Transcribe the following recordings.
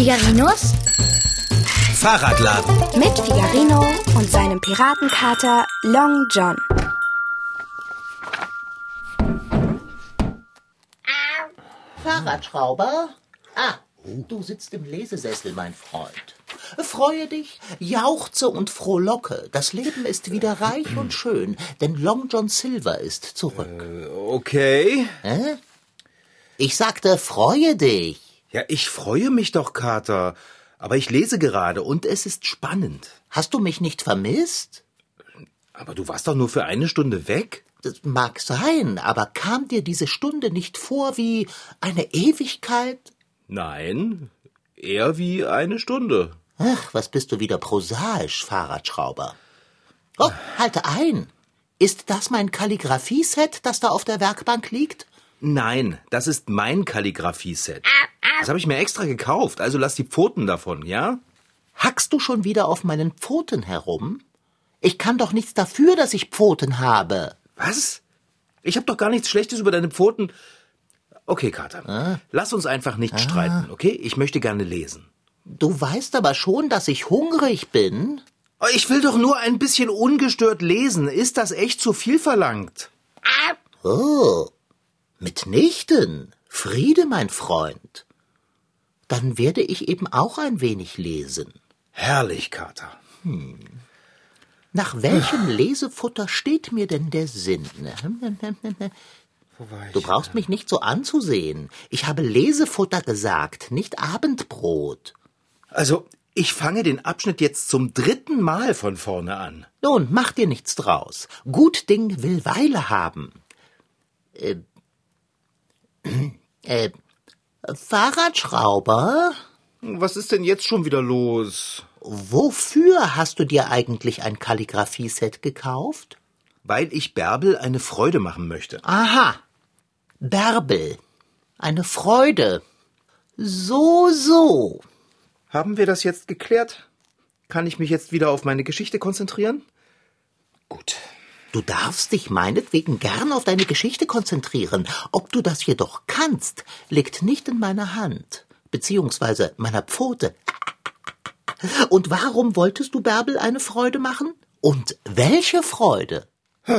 Figarinos Fahrradladen mit Figarino und seinem Piratenkater Long John. Fahrradschrauber? Du sitzt im Lesesessel, mein Freund. Freue dich, jauchze und frohlocke. Das Leben ist wieder reich und schön, denn Long John Silver ist zurück. Okay. Ich sagte, freue dich. Ja, ich freue mich doch, Kater. Aber ich lese gerade und es ist spannend. Hast du mich nicht vermisst? Aber du warst doch nur für eine Stunde weg? Das mag sein, aber kam dir diese Stunde nicht vor wie eine Ewigkeit? Nein, eher wie eine Stunde. Ach, was bist du wieder prosaisch, Fahrradschrauber. Oh, halte ein. Ist das mein Kalligrafie-Set, das da auf der Werkbank liegt? Nein, das ist mein Kalligrafie-Set. Das habe ich mir extra gekauft, also lass die Pfoten davon, ja? Hackst du schon wieder auf meinen Pfoten herum? Ich kann doch nichts dafür, dass ich Pfoten habe. Was? Ich habe doch gar nichts Schlechtes über deine Pfoten. Okay, Kater, lass uns einfach nicht streiten, okay? Ich möchte gerne lesen. Du weißt aber schon, dass ich hungrig bin. Ich will doch nur ein bisschen ungestört lesen. Ist das echt zu viel verlangt? Oh, mitnichten. Friede, mein Freund. Dann werde ich eben auch ein wenig lesen. Herrlich, Kater. Nach welchem Lesefutter steht mir denn der Sinn? Du brauchst mich nicht so anzusehen. Ich habe Lesefutter gesagt, nicht Abendbrot. Also, ich fange den Abschnitt jetzt zum 3. Mal von vorne an. Nun, mach dir nichts draus. Gut Ding will Weile haben. Fahrradschrauber? Was ist denn jetzt schon wieder los? Wofür hast du dir eigentlich ein Kalligrafie-Set gekauft? Weil ich Bärbel eine Freude machen möchte. Aha, Bärbel, eine Freude. So. Haben wir das jetzt geklärt? Kann ich mich jetzt wieder auf meine Geschichte konzentrieren? Gut. Du darfst dich meinetwegen gern auf deine Geschichte konzentrieren. Ob du das jedoch kannst, liegt nicht in meiner Hand, beziehungsweise meiner Pfote. Und warum wolltest du Bärbel eine Freude machen? Und welche Freude?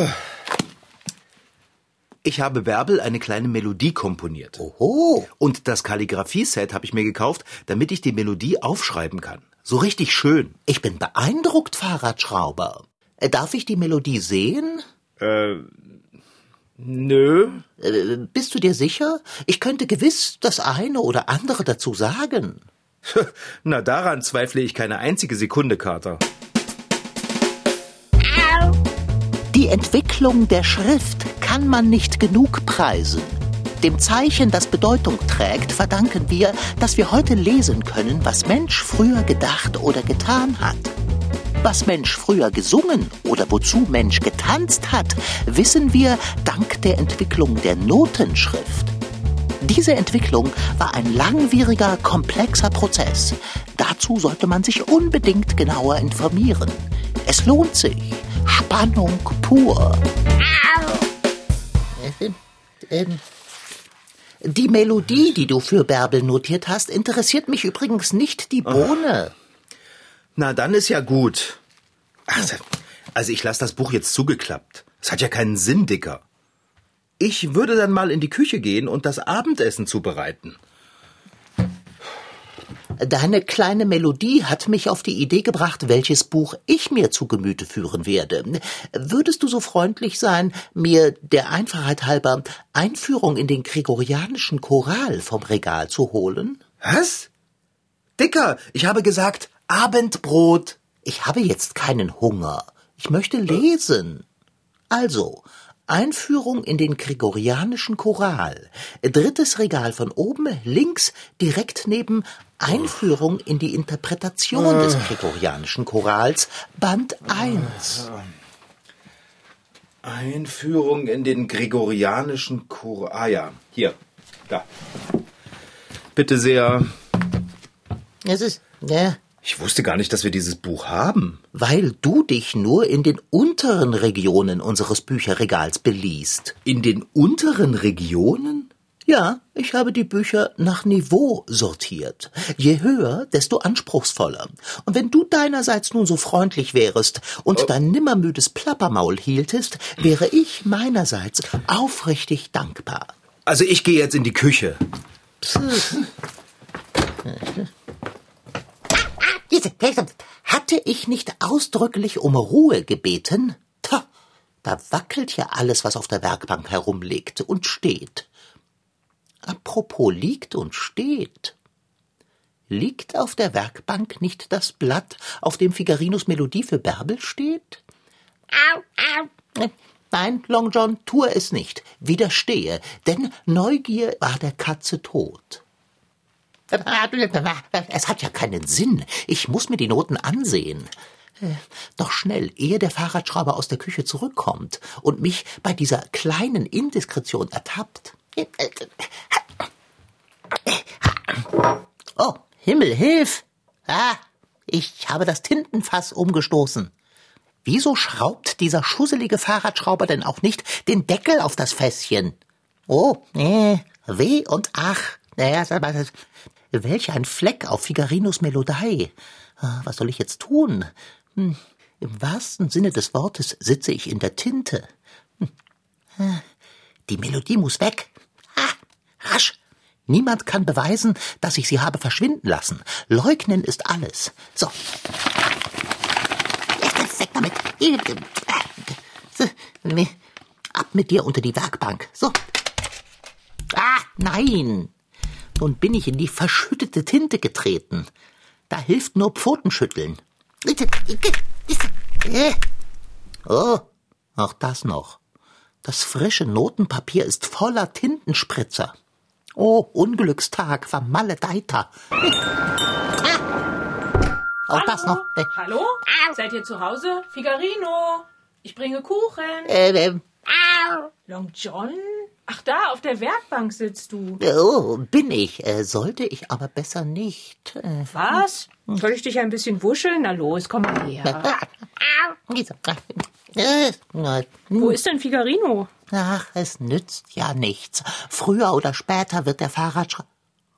Ich habe Bärbel eine kleine Melodie komponiert. Oho. Und das Kalligrafie-Set habe ich mir gekauft, damit ich die Melodie aufschreiben kann. So richtig schön. Ich bin beeindruckt, Fahrradschrauber. Darf ich die Melodie sehen? Nö. Bist du dir sicher? Ich könnte gewiss das eine oder andere dazu sagen. Na, daran zweifle ich keine einzige Sekunde, Kater. Die Entwicklung der Schrift kann man nicht genug preisen. Dem Zeichen, das Bedeutung trägt, verdanken wir, dass wir heute lesen können, was Mensch früher gedacht oder getan hat. Was Mensch früher gesungen oder wozu Mensch getanzt hat, wissen wir dank der Entwicklung der Notenschrift. Diese Entwicklung war ein langwieriger, komplexer Prozess. Dazu sollte man sich unbedingt genauer informieren. Es lohnt sich. Spannung pur. Die Melodie, die du für Bärbel notiert hast, interessiert mich übrigens nicht die Bohne. Na, dann ist ja gut. Also ich lasse das Buch jetzt zugeklappt. Es hat ja keinen Sinn, Dicker. Ich würde dann mal in die Küche gehen und das Abendessen zubereiten. Deine kleine Melodie hat mich auf die Idee gebracht, welches Buch ich mir zu Gemüte führen werde. Würdest du so freundlich sein, mir der Einfachheit halber Einführung in den gregorianischen Choral vom Regal zu holen? Was? Dicker, ich habe gesagt Abendbrot. Ich habe jetzt keinen Hunger. Ich möchte lesen. Also, Einführung in den gregorianischen Choral. 3. Regal von oben, links, direkt neben Einführung in die Interpretation des gregorianischen Chorals, Band 1. Einführung in den gregorianischen Choral. Ah ja, hier, da. Bitte sehr. Es ist, ja. Ich wusste gar nicht, dass wir dieses Buch haben. Weil du dich nur in den unteren Regionen unseres Bücherregals beliest. In den unteren Regionen? Ja, ich habe die Bücher nach Niveau sortiert. Je höher, desto anspruchsvoller. Und wenn du deinerseits nun so freundlich wärest und dein nimmermüdes Plappermaul hieltest, wäre ich meinerseits aufrichtig dankbar. Also ich gehe jetzt in die Küche. Hatte ich nicht ausdrücklich um Ruhe gebeten? Da wackelt ja alles, was auf der Werkbank herumliegt und steht. Apropos liegt und steht. Liegt auf der Werkbank nicht das Blatt, auf dem Figarinos Melodie für Bärbel steht? Nein, Long John, tue es nicht. Widerstehe, denn Neugier war der Katze tot. Es hat ja keinen Sinn. Ich muss mir die Noten ansehen. Doch schnell, ehe der Fahrradschrauber aus der Küche zurückkommt und mich bei dieser kleinen Indiskretion ertappt. Oh, Himmel, hilf! Ich habe das Tintenfass umgestoßen. Wieso schraubt dieser schusselige Fahrradschrauber denn auch nicht den Deckel auf das Fässchen? Oh, weh und ach. Welch ein Fleck auf Figarinos Melodie. Was soll ich jetzt tun? Im wahrsten Sinne des Wortes sitze ich in der Tinte. Die Melodie muss weg. Rasch! Niemand kann beweisen, dass ich sie habe verschwinden lassen. Leugnen ist alles. So. Weg damit. Ab mit dir unter die Werkbank. So. Nein. Nun bin ich in die verschüttete Tinte getreten. Da hilft nur Pfotenschütteln. Oh, auch das noch. Das frische Notenpapier ist voller Tintenspritzer. Oh, Unglückstag, vermaledeiter. Auch das noch. Hallo? Seid ihr zu Hause? Figarino, ich bringe Kuchen. Long John? Ach, da, auf der Werkbank sitzt du. Oh, bin ich. Sollte ich aber besser nicht. Was? Soll ich dich ein bisschen wuscheln? Na los, komm mal her. Wo ist denn Figarino? Ach, es nützt ja nichts. Früher oder später wird der Fahrradschrauber...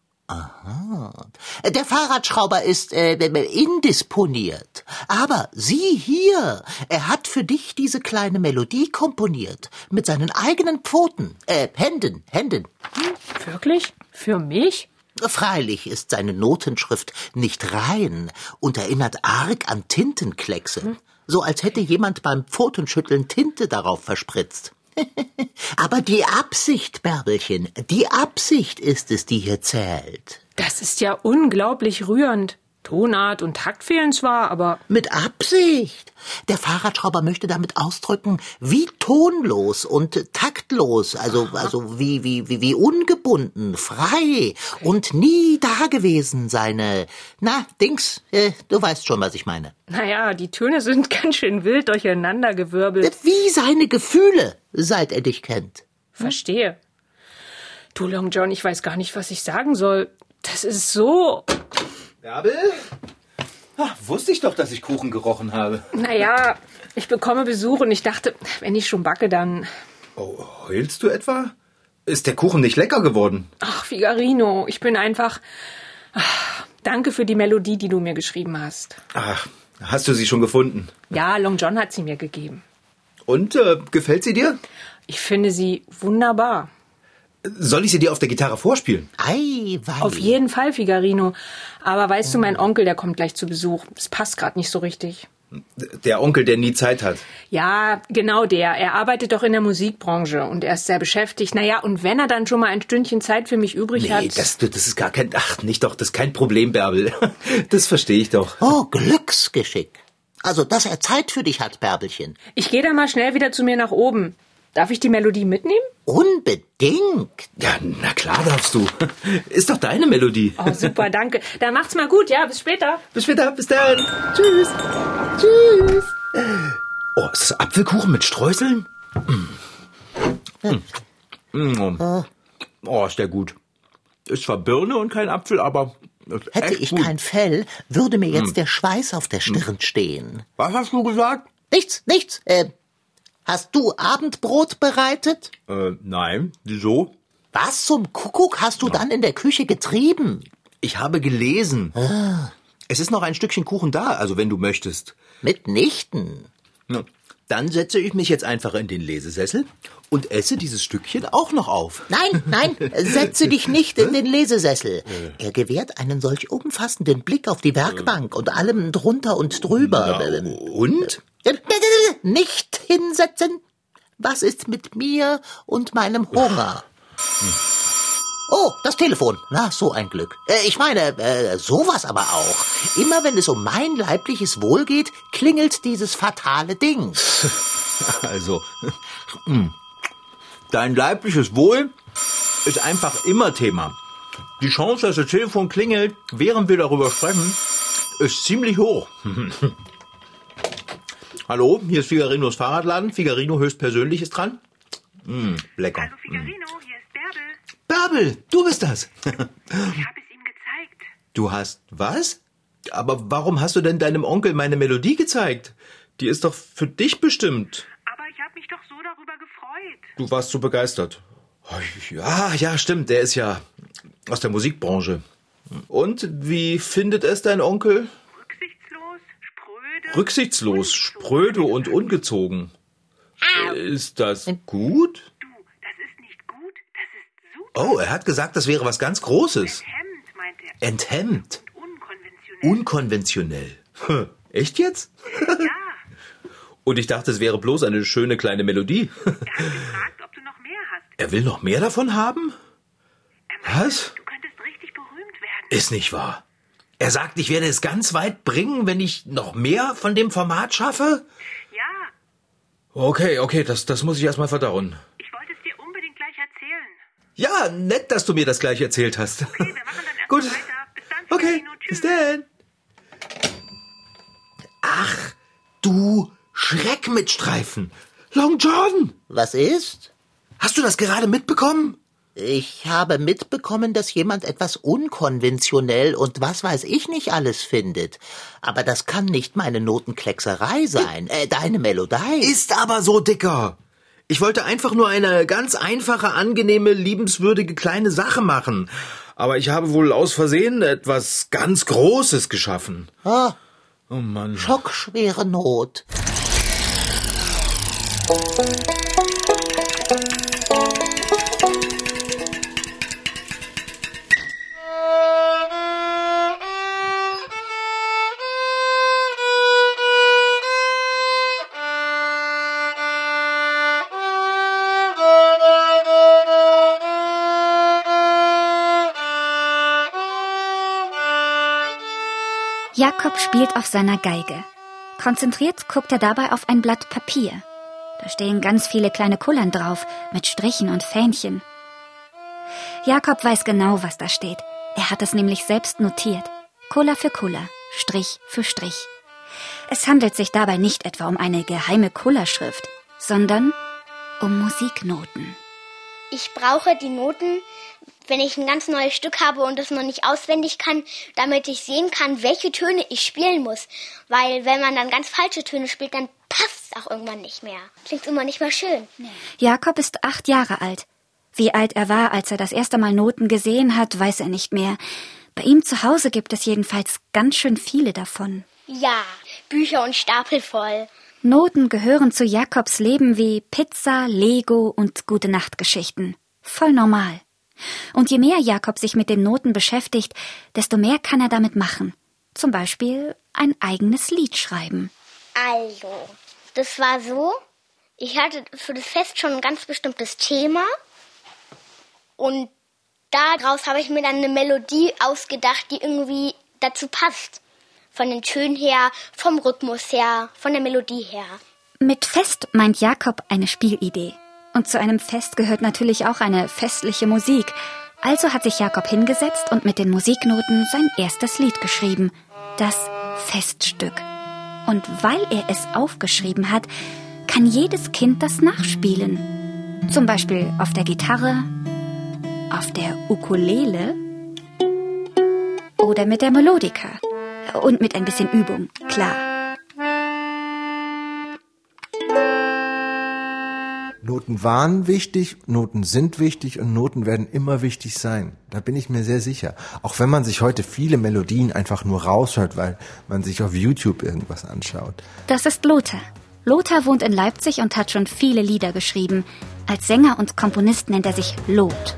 Aha. Der Fahrradschrauber ist indisponiert. Aber sieh hier, er hat für dich diese kleine Melodie komponiert. Mit seinen eigenen Pfoten. Händen. Wirklich? Für mich? Freilich ist seine Notenschrift nicht rein und erinnert arg an Tintenkleckse. So als hätte jemand beim Pfotenschütteln Tinte darauf verspritzt. Aber die Absicht, Bärbelchen, die Absicht ist es, die hier zählt. Das ist ja unglaublich rührend. Tonart und Takt fehlen zwar, aber... Mit Absicht. Der Fahrradschrauber möchte damit ausdrücken, wie tonlos und taktlos, also wie ungebunden, frei und nie dagewesen seine... du weißt schon, was ich meine. Naja, die Töne sind ganz schön wild durcheinandergewirbelt. Wie seine Gefühle, seit er dich kennt. Verstehe. Du, Long John, ich weiß gar nicht, was ich sagen soll. Das ist so... Bärbel? Wusste ich doch, dass ich Kuchen gerochen habe. Naja, ich bekomme Besuch und ich dachte, wenn ich schon backe, dann... Oh, heulst du etwa? Ist der Kuchen nicht lecker geworden? Ach, Figarino, ich bin einfach... danke für die Melodie, die du mir geschrieben hast. Ach, hast du sie schon gefunden? Ja, Long John hat sie mir gegeben. Und, gefällt sie dir? Ich finde sie wunderbar. Soll ich sie dir auf der Gitarre vorspielen? Ei, wei. Auf jeden Fall, Figarino. Aber weißt du, mein Onkel, der kommt gleich zu Besuch. Es passt gerade nicht so richtig. Der Onkel, der nie Zeit hat. Ja, genau der. Er arbeitet doch in der Musikbranche und er ist sehr beschäftigt. Naja, und wenn er dann schon mal ein Stündchen Zeit für mich übrig hat... Nee, das ist gar kein... Ach, nicht doch, das ist kein Problem, Bärbel. Das verstehe ich doch. Oh, Glücksgeschick. Also, dass er Zeit für dich hat, Bärbelchen. Ich gehe dann mal schnell wieder zu mir nach oben. Darf ich die Melodie mitnehmen? Unbedingt. Ja, na klar darfst du. Ist doch deine Melodie. Oh, super, danke. Dann macht's mal gut, ja? Bis später. Bis später, bis dann. Tschüss. Tschüss. Oh, ist das Apfelkuchen mit Streuseln? Oh, ist der gut. Ist zwar Birne und kein Apfel, aber... Hätte ich kein Fell, würde mir jetzt der Schweiß auf der Stirn stehen. Was hast du gesagt? Nichts. Hast du Abendbrot bereitet? Nein. Wieso? Was zum Kuckuck hast du dann in der Küche getrieben? Ich habe gelesen. Es ist noch ein Stückchen Kuchen da, also wenn du möchtest. Mitnichten. Na, dann setze ich mich jetzt einfach in den Lesesessel und esse dieses Stückchen auch noch auf. Nein, setze dich nicht in den Lesesessel. Er gewährt einen solch umfassenden Blick auf die Werkbank und allem drunter und drüber. Na, und? Nicht hinsetzen. Was ist mit mir und meinem Hunger? Oh, das Telefon. Na, so ein Glück. Ich meine, sowas aber auch. Immer wenn es um mein leibliches Wohl geht, klingelt dieses fatale Ding. Also, dein leibliches Wohl ist einfach immer Thema. Die Chance, dass das Telefon klingelt, während wir darüber sprechen, ist ziemlich hoch. Hallo, hier ist Figarinos Fahrradladen. Figarino höchstpersönlich ist dran. Lecker. Hallo Figarino, hier ist Bärbel. Bärbel, du bist das. Ich habe es ihm gezeigt. Du hast was? Aber warum hast du denn deinem Onkel meine Melodie gezeigt? Die ist doch für dich bestimmt. Aber ich habe mich doch so darüber gefreut. Du warst so begeistert. Ja, stimmt, der ist ja aus der Musikbranche. Und wie findet es dein Onkel? Rücksichtslos, spröde und ungezogen. Ist das gut? Du, das ist nicht gut, das ist super. Oh, er hat gesagt, das wäre was ganz Großes. Enthemmt, meint er. Enthemmt. Unkonventionell. Unkonventionell. Echt jetzt? Ja. Und ich dachte, es wäre bloß eine schöne kleine Melodie. Er hat gefragt, ob du noch mehr hast. Er will noch mehr davon haben? Er meinte, Was? du könntest richtig berühmt werden. Ist nicht wahr. Er sagt, ich werde es ganz weit bringen, wenn ich noch mehr von dem Format schaffe? Ja, Okay, das muss ich erstmal verdauen. ich wollte es dir unbedingt gleich erzählen. Ja, nett, dass du mir das gleich erzählt hast. Okay, wir machen dann erst Gut. mal weiter. Bis dann, Okay, Figarino. bis Tschüss. dann. Ach, du Schreck mit Streifen. Long John, Was ist? hast du das gerade mitbekommen? Ich habe mitbekommen, dass jemand etwas unkonventionell und was weiß ich nicht alles findet. Aber das kann nicht meine Notenkleckserei sein. Deine Melodie. Ist aber so, Dicker. Ich wollte einfach nur eine ganz einfache, angenehme, liebenswürdige kleine Sache machen. Aber ich habe wohl aus Versehen etwas ganz Großes geschaffen. Ah, Oh Mann. schockschwere Not. Jakob spielt auf seiner Geige. Konzentriert guckt er dabei auf ein Blatt Papier. Da stehen ganz viele kleine Kullern drauf, mit Strichen und Fähnchen. Jakob weiß genau, was da steht. Er hat es nämlich selbst notiert. Kuller für Kuller, Strich für Strich. Es handelt sich dabei nicht etwa um eine geheime Kullerschrift, sondern um Musiknoten. Ich brauche die Noten, wenn ich ein ganz neues Stück habe und es noch nicht auswendig kann, damit ich sehen kann, welche Töne ich spielen muss. Weil wenn man dann ganz falsche Töne spielt, dann passt es auch irgendwann nicht mehr. Klingt immer nicht mehr schön. Jakob ist 8 Jahre alt. Wie alt er war, als er das erste Mal Noten gesehen hat, weiß er nicht mehr. Bei ihm zu Hause gibt es jedenfalls ganz schön viele davon. Ja, Bücher und Stapel voll. Noten gehören zu Jakobs Leben wie Pizza, Lego und Gute-Nacht-Geschichten. Voll normal. Und je mehr Jakob sich mit den Noten beschäftigt, desto mehr kann er damit machen. Zum Beispiel ein eigenes Lied schreiben. Also, das war so, ich hatte für das Fest schon ein ganz bestimmtes Thema und daraus habe ich mir dann eine Melodie ausgedacht, die irgendwie dazu passt. Von den Tönen her, vom Rhythmus her, von der Melodie her. Mit Fest meint Jakob eine Spielidee. Und zu einem Fest gehört natürlich auch eine festliche Musik. Also hat sich Jakob hingesetzt und mit den Musiknoten sein erstes Lied geschrieben. Das Feststück. Und weil er es aufgeschrieben hat, kann jedes Kind das nachspielen. Zum Beispiel auf der Gitarre, auf der Ukulele oder mit der Melodika. Und mit ein bisschen Übung, klar. Noten waren wichtig, Noten sind wichtig und Noten werden immer wichtig sein. Da bin ich mir sehr sicher. Auch wenn man sich heute viele Melodien einfach nur raushört, weil man sich auf YouTube irgendwas anschaut. Das ist Lothar. Lothar wohnt in Leipzig und hat schon viele Lieder geschrieben. Als Sänger und Komponist nennt er sich Loth.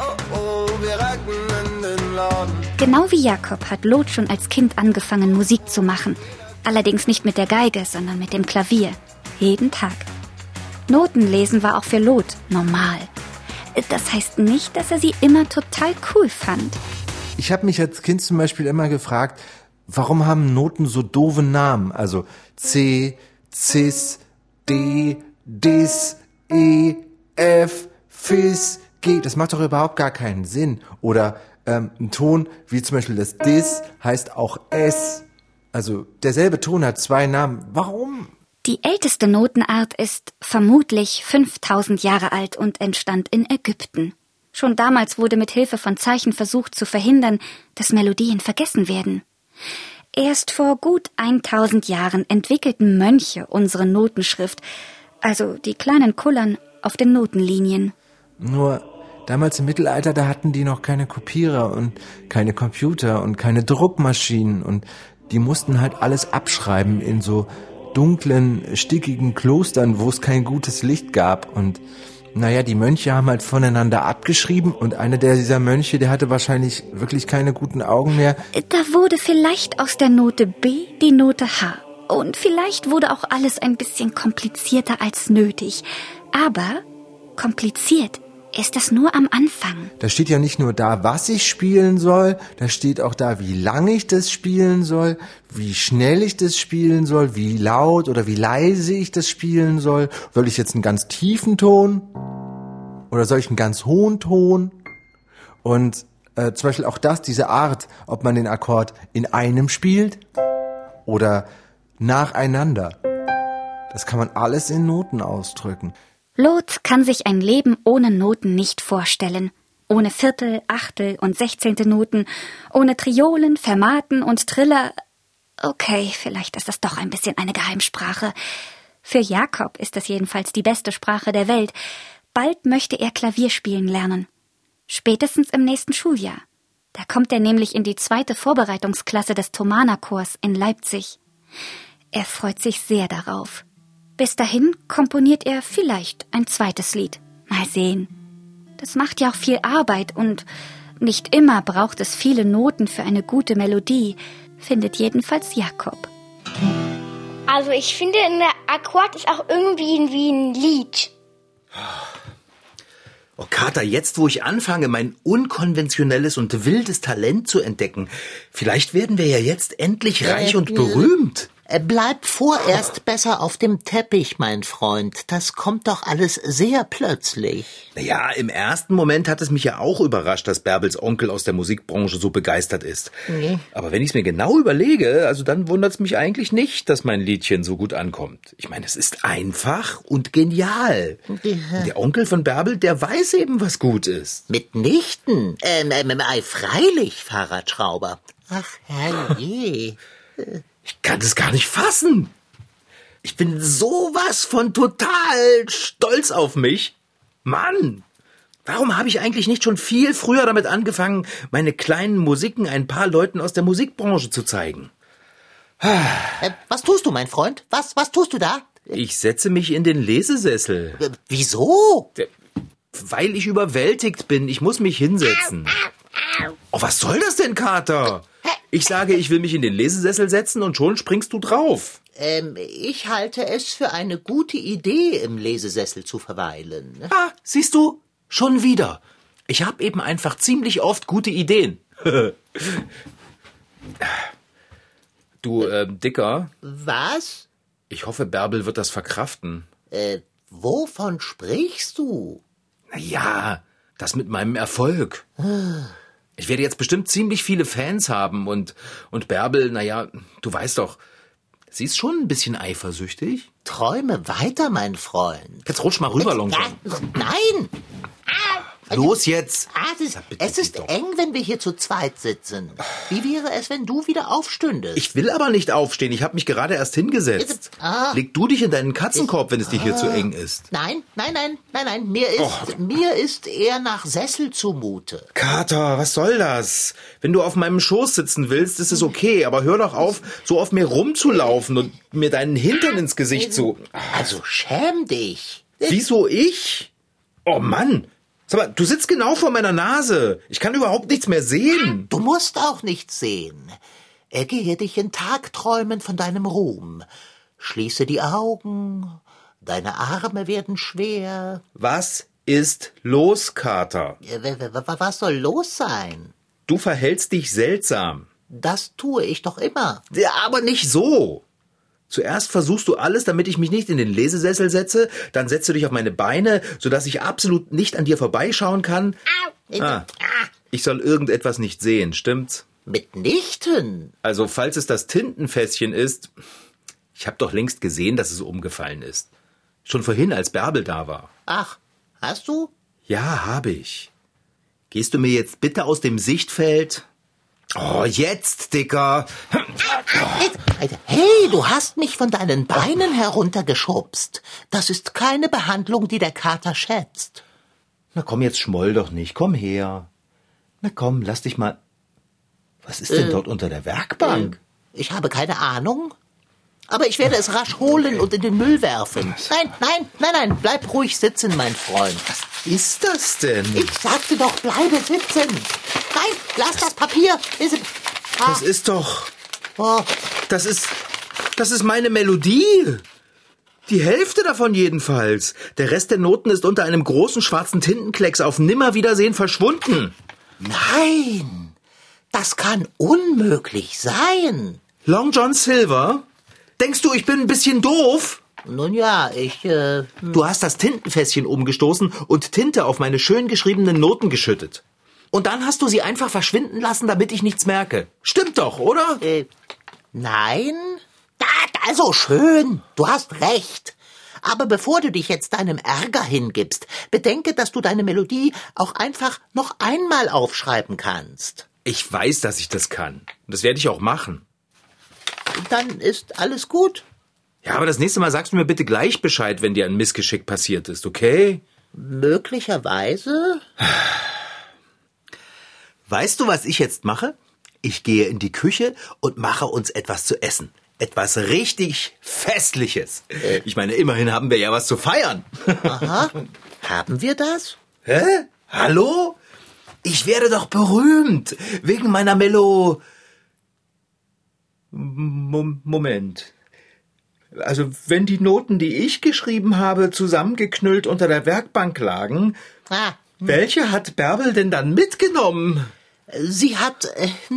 Genau wie Jakob hat Loth schon als Kind angefangen, Musik zu machen. Allerdings nicht mit der Geige, sondern mit dem Klavier. Jeden Tag. Notenlesen war auch für Loth normal. Das heißt nicht, dass er sie immer total cool fand. Ich habe mich als Kind zum Beispiel immer gefragt, warum haben Noten so doofe Namen? Also C, Cis, D, Dis, E, F, Fis, G. Das macht doch überhaupt gar keinen Sinn. Oder ein Ton wie zum Beispiel das Dis heißt auch S. Also derselbe Ton hat 2 Namen. Warum? Die älteste Notenart ist vermutlich 5000 Jahre alt und entstand in Ägypten. Schon damals wurde mit Hilfe von Zeichen versucht zu verhindern, dass Melodien vergessen werden. Erst vor gut 1000 Jahren entwickelten Mönche unsere Notenschrift, also die kleinen Kullern auf den Notenlinien. Nur damals im Mittelalter, da hatten die noch keine Kopierer und keine Computer und keine Druckmaschinen und die mussten halt alles abschreiben in so dunklen, stickigen Klostern, wo es kein gutes Licht gab. Und naja, die Mönche haben halt voneinander abgeschrieben und einer dieser Mönche, der hatte wahrscheinlich wirklich keine guten Augen mehr. Da wurde vielleicht aus der Note B die Note H. Und vielleicht wurde auch alles ein bisschen komplizierter als nötig. Aber kompliziert ist das nur am Anfang. Da steht ja nicht nur da, was ich spielen soll, da steht auch da, wie lange ich das spielen soll, wie schnell ich das spielen soll, wie laut oder wie leise ich das spielen soll. Soll ich jetzt einen ganz tiefen Ton oder soll ich einen ganz hohen Ton? Und zum Beispiel auch diese Art, ob man den Akkord in einem spielt oder nacheinander. Das kann man alles in Noten ausdrücken. Loth kann sich ein Leben ohne Noten nicht vorstellen. Ohne Viertel, Achtel und 16. Noten, ohne Triolen, Fermaten und Triller. Okay, vielleicht ist das doch ein bisschen eine Geheimsprache. Für Jakob ist das jedenfalls die beste Sprache der Welt. Bald möchte er Klavier spielen lernen. Spätestens im nächsten Schuljahr. Da kommt er nämlich in die 2. Vorbereitungsklasse des Thomanerchors in Leipzig. Er freut sich sehr darauf. Bis dahin komponiert er vielleicht ein zweites Lied. Mal sehen. Das macht ja auch viel Arbeit und nicht immer braucht es viele Noten für eine gute Melodie, findet jedenfalls Jakob. Also ich finde, ein Akkord ist auch irgendwie wie ein Lied. Oh, Kater, jetzt wo ich anfange, mein unkonventionelles und wildes Talent zu entdecken, vielleicht werden wir ja jetzt endlich reich und berühmt. Bleib vorerst besser auf dem Teppich, mein Freund. Das kommt doch alles sehr plötzlich. Naja, im ersten Moment hat es mich ja auch überrascht, dass Bärbels Onkel aus der Musikbranche so begeistert ist. Nee. Aber wenn ich es mir genau überlege, also dann wundert es mich eigentlich nicht, dass mein Liedchen so gut ankommt. Ich meine, es ist einfach und genial. Ja. Der Onkel von Bärbel, der weiß eben, was gut ist. Mitnichten. Freilich, Fahrradschrauber. Ach, herrje. Ich kann das gar nicht fassen. Ich bin sowas von total stolz auf mich. Mann, warum habe ich eigentlich nicht schon viel früher damit angefangen, meine kleinen Musiken ein paar Leuten aus der Musikbranche zu zeigen? Was tust du, mein Freund? Was tust du da? Ich setze mich in den Lesesessel. Wieso? Weil ich überwältigt bin. Ich muss mich hinsetzen. Oh, was soll das denn, Kater? Ich sage, ich will mich in den Lesesessel setzen und schon springst du drauf. Ich halte es für eine gute Idee, im Lesesessel zu verweilen. Ah, siehst du? Schon wieder. Ich habe eben einfach ziemlich oft gute Ideen. Du, Dicker. Was? Ich hoffe, Bärbel wird das verkraften. Wovon sprichst du? Na ja, das mit meinem Erfolg. Ich werde jetzt bestimmt ziemlich viele Fans haben und Bärbel, naja, du weißt doch, sie ist schon ein bisschen eifersüchtig. Träume weiter, mein Freund. Jetzt rutsch mal rüber, Long John. Nein! Los jetzt! Es ist eng, wenn wir hier zu zweit sitzen. Wie wäre es, wenn du wieder aufstündest? Ich will aber nicht aufstehen. Ich habe mich gerade erst hingesetzt. Leg du dich in deinen Katzenkorb, wenn es dir hier zu eng ist. Nein. Mir ist eher nach Sessel zumute. Kater, was soll das? Wenn du auf meinem Schoß sitzen willst, ist es okay. Aber hör doch auf, so auf mir rumzulaufen und mir deinen Hintern ins Gesicht zu... Also schäm dich. Wieso ich? Oh Mann! Sag mal, du sitzt genau vor meiner Nase. Ich kann überhaupt nichts mehr sehen. Du musst auch nichts sehen. Ergehe dich in Tagträumen von deinem Ruhm. Schließe die Augen. Deine Arme werden schwer. Was ist los, Kater? Was soll los sein? Du verhältst dich seltsam. Das tue ich doch immer. Ja, aber nicht so. Zuerst versuchst du alles, damit ich mich nicht in den Lesesessel setze, dann setzt du dich auf meine Beine, sodass ich absolut nicht an dir vorbeischauen kann. Ich soll irgendetwas nicht sehen, stimmt's? Mitnichten. Also, falls es das Tintenfässchen ist, ich habe doch längst gesehen, dass es umgefallen ist. Schon vorhin, als Bärbel da war. Ach, hast du? Ja, habe ich. Gehst du mir jetzt bitte aus dem Sichtfeld? Oh, jetzt, Dicker. Hey, du hast mich von deinen Beinen heruntergeschubst. Das ist keine Behandlung, die der Kater schätzt. Na komm, jetzt schmoll doch nicht. Komm her. Na komm, lass dich mal... Was ist denn dort unter der Werkbank? Ich habe keine Ahnung. Aber ich werde es rasch holen und in den Müll werfen. Nein, bleib ruhig sitzen, mein Freund. Was ist das denn? Ich sagte doch, bleibe sitzen. Nein, lass das Papier. Das ist doch... Das ist meine Melodie. Die Hälfte davon jedenfalls. Der Rest der Noten ist unter einem großen schwarzen Tintenklecks auf Nimmerwiedersehen verschwunden. Nein, das kann unmöglich sein. Long John Silver? Denkst du, ich bin ein bisschen doof? Nun ja, Du hast das Tintenfässchen umgestoßen und Tinte auf meine schön geschriebenen Noten geschüttet. Und dann hast du sie einfach verschwinden lassen, damit ich nichts merke. Stimmt doch, oder? Nein. Also schön, du hast recht. Aber bevor du dich jetzt deinem Ärger hingibst, bedenke, dass du deine Melodie auch einfach noch einmal aufschreiben kannst. Ich weiß, dass ich das kann. Und das werde ich auch machen. Dann ist alles gut. Ja, aber das nächste Mal sagst du mir bitte gleich Bescheid, wenn dir ein Missgeschick passiert ist, okay? Möglicherweise. Weißt du, was ich jetzt mache? Ich gehe in die Küche und mache uns etwas zu essen. Etwas richtig Festliches. Ich meine, immerhin haben wir ja was zu feiern. Aha. Haben wir das? Hä? Hallo? Ich werde doch berühmt. Wegen meiner Moment. Also, wenn die Noten, die ich geschrieben habe, zusammengeknüllt unter der Werkbank lagen, welche hat Bärbel denn dann mitgenommen? Sie hat,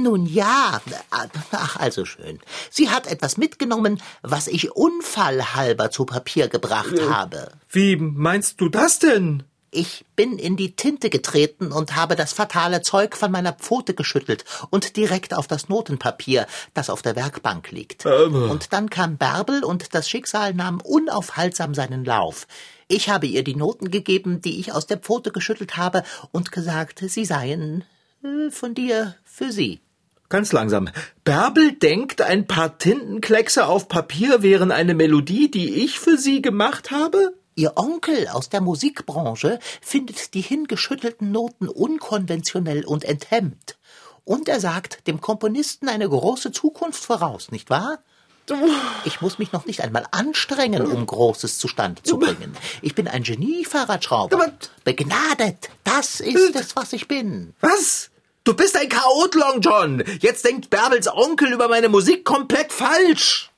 also schön. Sie hat etwas mitgenommen, was ich unfallhalber zu Papier gebracht habe. Wie meinst du das denn? Ich bin in die Tinte getreten und habe das fatale Zeug von meiner Pfote geschüttelt und direkt auf das Notenpapier, das auf der Werkbank liegt. Und dann kam Bärbel und das Schicksal nahm unaufhaltsam seinen Lauf. Ich habe ihr die Noten gegeben, die ich aus der Pfote geschüttelt habe, und gesagt, sie seien von dir für sie. Ganz langsam. Bärbel denkt, ein paar Tintenkleckse auf Papier wären eine Melodie, die ich für sie gemacht habe? Ihr Onkel aus der Musikbranche findet die hingeschüttelten Noten unkonventionell und enthemmt. Und er sagt dem Komponisten eine große Zukunft voraus, nicht wahr? Ich muss mich noch nicht einmal anstrengen, um Großes zustande zu bringen. Ich bin ein Genie, Fahrradschrauber. Begnadet, das ist es, was ich bin. Was? Du bist ein Chaot, Long John. Jetzt denkt Bärbels Onkel über meine Musik komplett falsch.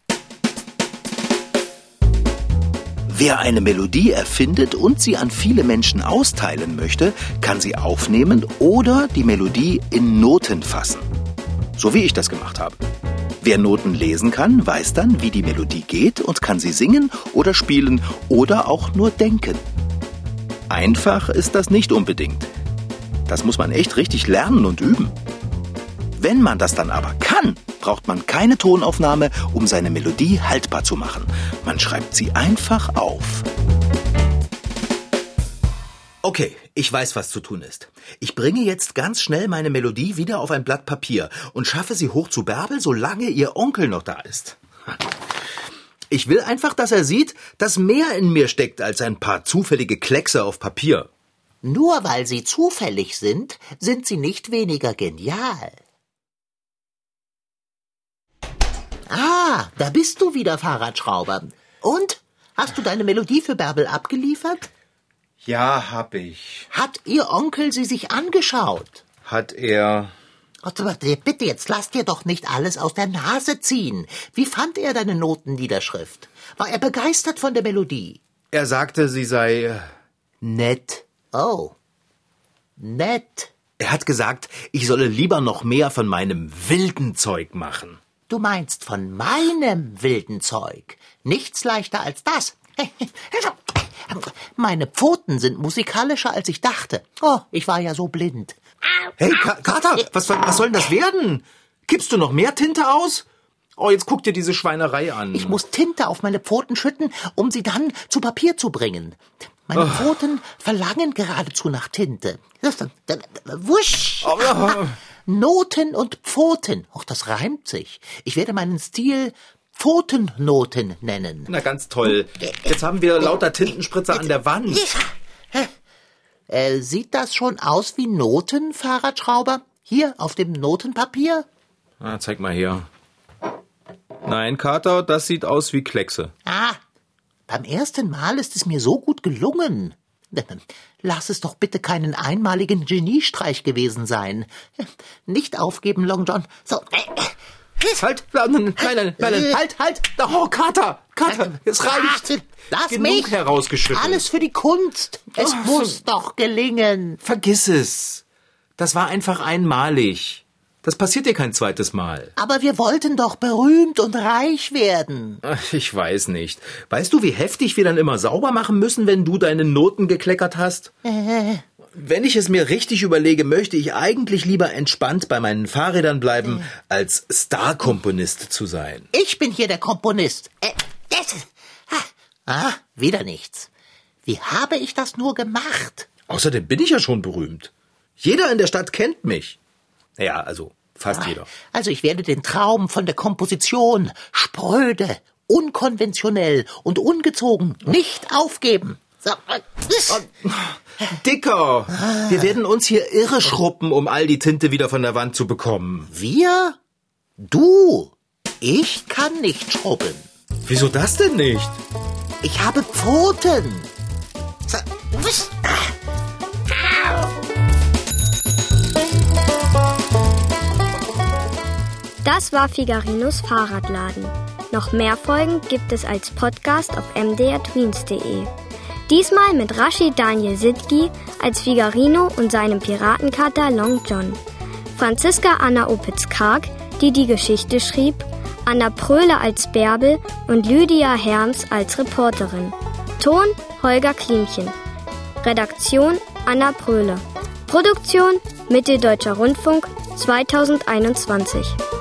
Wer eine Melodie erfindet und sie an viele Menschen austeilen möchte, kann sie aufnehmen oder die Melodie in Noten fassen. So wie ich das gemacht habe. Wer Noten lesen kann, weiß dann, wie die Melodie geht und kann sie singen oder spielen oder auch nur denken. Einfach ist das nicht unbedingt. Das muss man echt richtig lernen und üben. Wenn man das dann aber kann, braucht man keine Tonaufnahme, um seine Melodie haltbar zu machen. Man schreibt sie einfach auf. Okay, ich weiß, was zu tun ist. Ich bringe jetzt ganz schnell meine Melodie wieder auf ein Blatt Papier und schaffe sie hoch zu Bärbel, solange ihr Onkel noch da ist. Ich will einfach, dass er sieht, dass mehr in mir steckt als ein paar zufällige Kleckse auf Papier. Nur weil sie zufällig sind sie nicht weniger genial. Ah, da bist du wieder, Fahrradschrauber. Und? Hast du deine Melodie für Bärbel abgeliefert? Ja, hab ich. Hat Ihr Onkel sie sich angeschaut? Hat er... Bitte, jetzt lass dir doch nicht alles aus der Nase ziehen. Wie fand er deine Notenniederschrift? War er begeistert von der Melodie? Er sagte, sie sei... nett. Oh, nett. Er hat gesagt, ich solle lieber noch mehr von meinem wilden Zeug machen. Du meinst von meinem wilden Zeug. Nichts leichter als das. Meine Pfoten sind musikalischer, als ich dachte. Oh, ich war ja so blind. Hey, Kater, was soll denn das werden? Gibst du noch mehr Tinte aus? Oh, jetzt guck dir diese Schweinerei an. Ich muss Tinte auf meine Pfoten schütten, um sie dann zu Papier zu bringen. Meine Pfoten verlangen geradezu nach Tinte. Wusch! Noten und Pfoten. Och, das reimt sich. Ich werde meinen Stil Pfotennoten nennen. Na, ganz toll. Jetzt haben wir lauter Tintenspritzer an der Wand. Sieht das schon aus wie Noten, Fahrradschrauber? Hier, auf dem Notenpapier? Ah, zeig mal her. Nein, Kater, das sieht aus wie Kleckse. Ah, beim ersten Mal ist es mir so gut gelungen. Lass es doch bitte keinen einmaligen Geniestreich gewesen sein. Nicht aufgeben, Long John. So. Halt! Nein, halt! Oh, Kater! Es reicht! Lass Genug mich! Herausgeschüttet. Alles für die Kunst! Es muss doch gelingen! Vergiss es! Das war einfach einmalig. Das passiert dir kein zweites Mal. Aber wir wollten doch berühmt und reich werden. Ach, ich weiß nicht. Weißt du, wie heftig wir dann immer sauber machen müssen, wenn du deine Noten gekleckert hast? Wenn ich es mir richtig überlege, möchte ich eigentlich lieber entspannt bei meinen Fahrrädern bleiben, als Star-Komponist zu sein. Ich bin hier der Komponist. Wieder nichts. Wie habe ich das nur gemacht? Außerdem bin ich ja schon berühmt. Jeder in der Stadt kennt mich. Naja, also fast jeder. Also ich werde den Traum von der Komposition spröde, unkonventionell und ungezogen nicht aufgeben. So. Dicker, wir werden uns hier irre schruppen, um all die Tinte wieder von der Wand zu bekommen. Wir? Du? Ich kann nicht schrubben. Wieso das denn nicht? Ich habe Pfoten. Das war Figarinos Fahrradladen. Noch mehr Folgen gibt es als Podcast auf mdrtweens.de. Diesmal mit Rashid Daniel Sidgi als Figarino und seinem Piratenkater Long John. Franziska Anna Opitz-Karg, die die Geschichte schrieb, Anna Pröhle als Bärbel und Lydia Herms als Reporterin. Ton Holger Klimchen. Redaktion Anna Pröhle. Produktion Mitteldeutscher Rundfunk 2021.